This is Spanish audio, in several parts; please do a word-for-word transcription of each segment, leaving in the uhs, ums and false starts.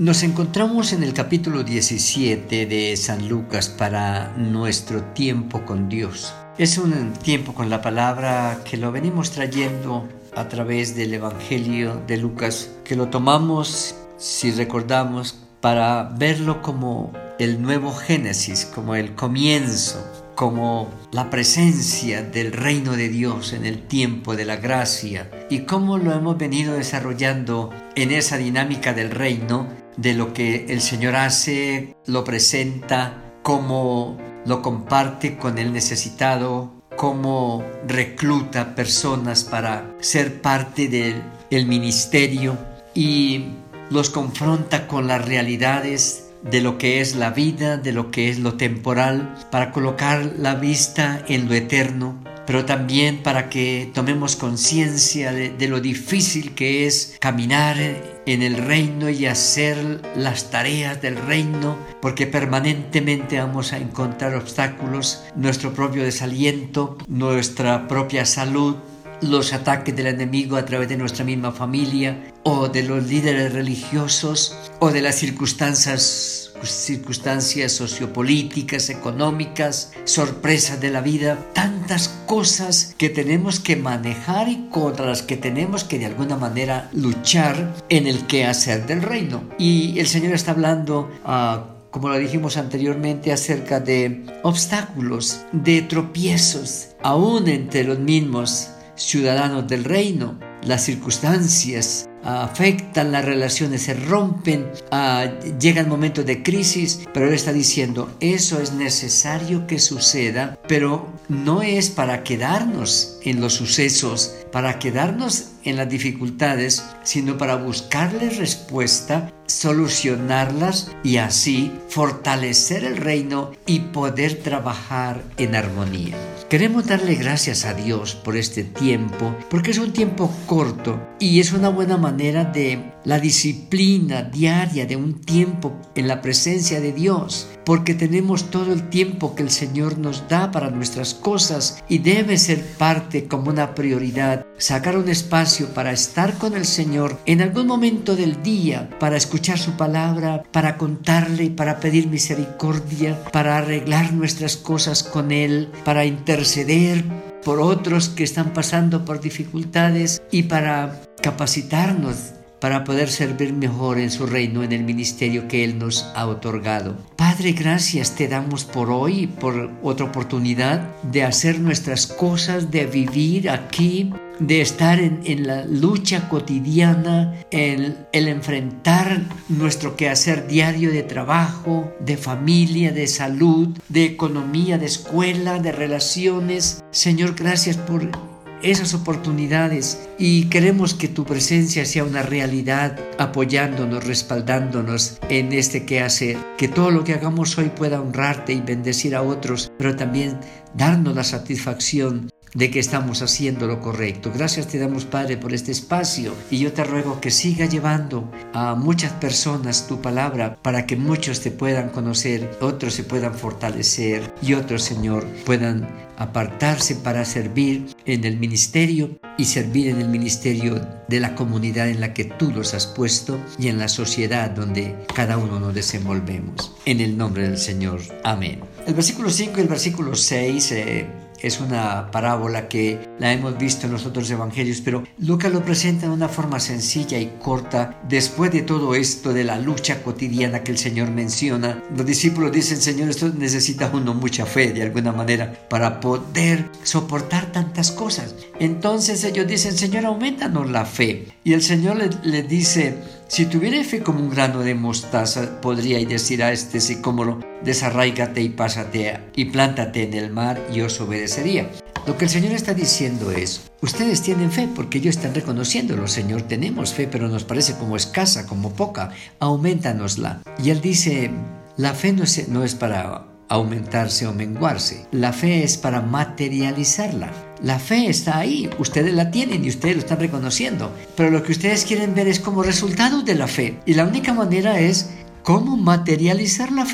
Nos encontramos en el capítulo diecisiete de San Lucas para nuestro tiempo con Dios. Es un tiempo con la palabra que lo venimos trayendo a través del Evangelio de Lucas, que lo tomamos, si recordamos, para verlo como el nuevo Génesis, como el comienzo, como la presencia del reino de Dios en el tiempo de la gracia y cómo lo hemos venido desarrollando en esa dinámica del reino, de lo que el Señor hace, lo presenta, cómo lo comparte con el necesitado, cómo recluta personas para ser parte del el ministerio y los confronta con las realidades de lo que es la vida, de lo que es lo temporal, para colocar la vista en lo eterno, pero también para que tomemos conciencia de, de lo difícil que es caminar en el reino y hacer las tareas del reino, porque permanentemente vamos a encontrar obstáculos, nuestro propio desaliento, nuestra propia salud, los ataques del enemigo a través de nuestra misma familia o de los líderes religiosos o de las circunstancias circunstancias sociopolíticas, económicas, sorpresas de la vida, tantas cosas que tenemos que manejar y contra las que tenemos que de alguna manera luchar en el quehacer del reino. Y el Señor está hablando uh, como lo dijimos anteriormente, acerca de obstáculos, de tropiezos, aún entre los mismos ciudadanos del reino. Las circunstancias afectan, las relaciones se rompen, uh, llegan momentos de crisis, pero Él está diciendo, eso es necesario que suceda, pero no es para quedarnos en los sucesos, para quedarnos en las dificultades, sino para buscarles respuesta, solucionarlas y así fortalecer el reino y poder trabajar en armonía. Queremos darle gracias a Dios por este tiempo, porque es un tiempo corto y es una buena manera de la disciplina diaria de un tiempo en la presencia de Dios, porque tenemos todo el tiempo que el Señor nos da para nuestras cosas y debe ser parte como una prioridad, sacar un espacio para estar con el Señor en algún momento del día, para escuchar su palabra, para contarle, para pedir misericordia, para arreglar nuestras cosas con Él, para interceder por otros que están pasando por dificultades y para capacitarnos para poder servir mejor en su reino, en el ministerio que Él nos ha otorgado. Padre, gracias te damos por hoy, por otra oportunidad de hacer nuestras cosas, de vivir aquí, de estar en, en la lucha cotidiana, el, el enfrentar nuestro quehacer diario de trabajo, de familia, de salud, de economía, de escuela, de relaciones. Señor, gracias por esas oportunidades y queremos que tu presencia sea una realidad, apoyándonos, respaldándonos en este quehacer, que todo lo que hagamos hoy pueda honrarte y bendecir a otros, pero también darnos la satisfacción de que estamos haciendo lo correcto. Gracias te damos, Padre, por este espacio y yo te ruego que siga llevando a muchas personas tu palabra para que muchos te puedan conocer, otros se puedan fortalecer y otros, Señor, puedan apartarse para servir en el ministerio y servir en el ministerio de la comunidad en la que tú los has puesto y en la sociedad donde cada uno nos desenvolvemos. En el nombre del Señor. Amén. El versículo cinco y el versículo seis eh, es una parábola que la hemos visto en los otros evangelios, pero Lucas lo presenta de una forma sencilla y corta. Después de todo esto de la lucha cotidiana que el Señor menciona, los discípulos dicen, Señor, esto necesita uno mucha fe de alguna manera para poder soportar tantas cosas. Entonces ellos dicen, Señor, aumentanos la fe. Y el Señor les le dice, si tuviera fe como un grano de mostaza, podríais decir a este sicómoro, desarráigate y pásate y plántate en el mar y os obedecería. Lo que el Señor está diciendo es, ustedes tienen fe porque ellos están reconociéndolo. Señor, tenemos fe, pero nos parece como escasa, como poca, aumentanosla. Y Él dice, la fe no es, no es para aumentarse o menguarse, la fe es para materializarla. La fe está ahí, ustedes la tienen y ustedes lo están reconociendo, pero lo que ustedes quieren ver es como resultado de la fe. Y la única manera es cómo materializar la fe.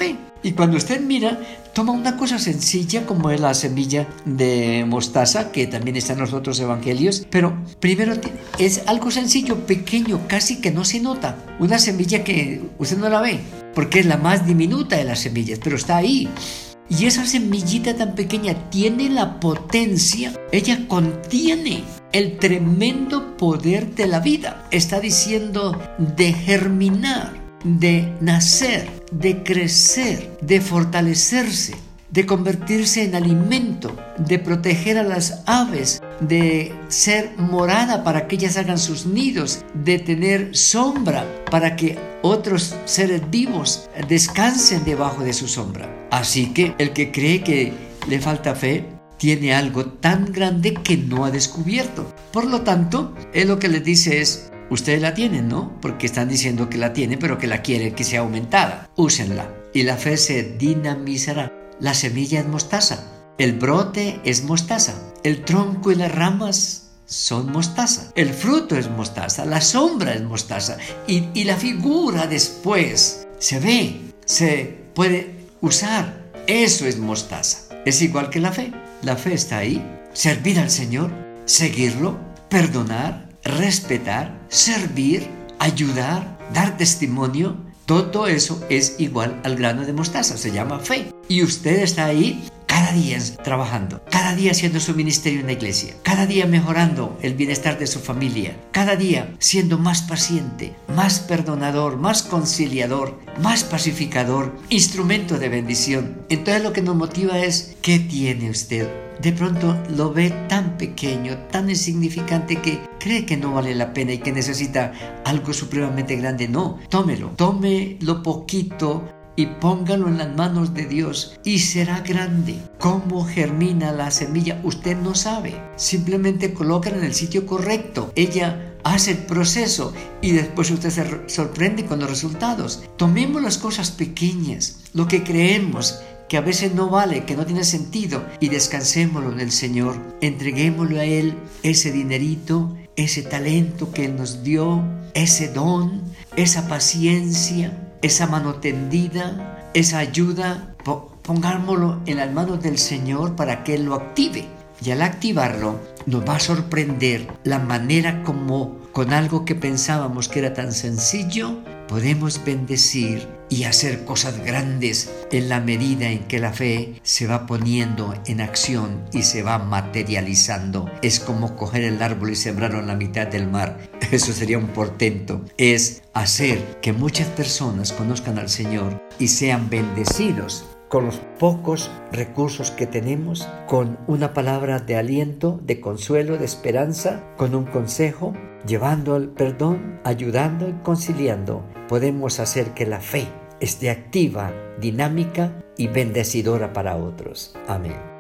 Y cuando usted mira, toma una cosa sencilla como es la semilla de mostaza, que también está en los otros evangelios, pero primero es algo sencillo, pequeño, casi que no se nota. Una semilla que usted no la ve, porque es la más diminuta de las semillas, pero está ahí. Y esa semillita tan pequeña tiene la potencia, ella contiene el tremendo poder de la vida. Está diciendo de germinar, de nacer, de crecer, de fortalecerse, de convertirse en alimento, de proteger a las aves, de ser morada para que ellas hagan sus nidos, de tener sombra para que otros seres vivos descansen debajo de su sombra. Así que el que cree que le falta fe tiene algo tan grande que no ha descubierto. Por lo tanto, él lo que les dice es: ustedes la tienen, ¿no? Porque están diciendo que la tienen, pero que la quieren que sea aumentada. Úsenla y la fe se dinamizará. La semilla es mostaza, el brote es mostaza, el tronco y las ramas son mostaza, el fruto es mostaza, la sombra es mostaza y, y la figura después se ve, se puede usar. Eso es mostaza. Es igual que la fe. La fe está ahí. Servir al Señor, seguirlo, perdonar, respetar, servir, ayudar, dar testimonio. Todo eso es igual al grano de mostaza, se llama fe. Y usted está ahí cada día trabajando, cada día haciendo su ministerio en la iglesia, cada día mejorando el bienestar de su familia, cada día siendo más paciente, más perdonador, más conciliador, más pacificador, instrumento de bendición. Entonces lo que nos motiva es: ¿qué tiene usted? De pronto lo ve tan pequeño, tan insignificante que cree que no vale la pena y que necesita algo supremamente grande. No, tómelo, tome lo poquito y póngalo en las manos de Dios y será grande. ¿Cómo germina la semilla? Usted no sabe. Simplemente colócala en el sitio correcto. Ella hace el proceso y después usted se sorprende con los resultados. Tomemos las cosas pequeñas, lo que creemos que a veces no vale, que no tiene sentido, y descansémoslo en el Señor. Entreguémosle a Él ese dinerito, ese talento que Él nos dio, ese don, esa paciencia, esa mano tendida, esa ayuda. Pongámoslo en las manos del Señor para que Él lo active. Y al activarlo, nos va a sorprender la manera como con algo que pensábamos que era tan sencillo, podemos bendecir y hacer cosas grandes en la medida en que la fe se va poniendo en acción y se va materializando. Es como coger el árbol y sembrarlo en la mitad del mar. Eso sería un portento. Es hacer que muchas personas conozcan al Señor y sean bendecidos con los pocos recursos que tenemos, con una palabra de aliento, de consuelo, de esperanza, con un consejo, llevando el perdón, ayudando y conciliando. Podemos hacer que la fe esté activa, dinámica y bendecidora para otros. Amén.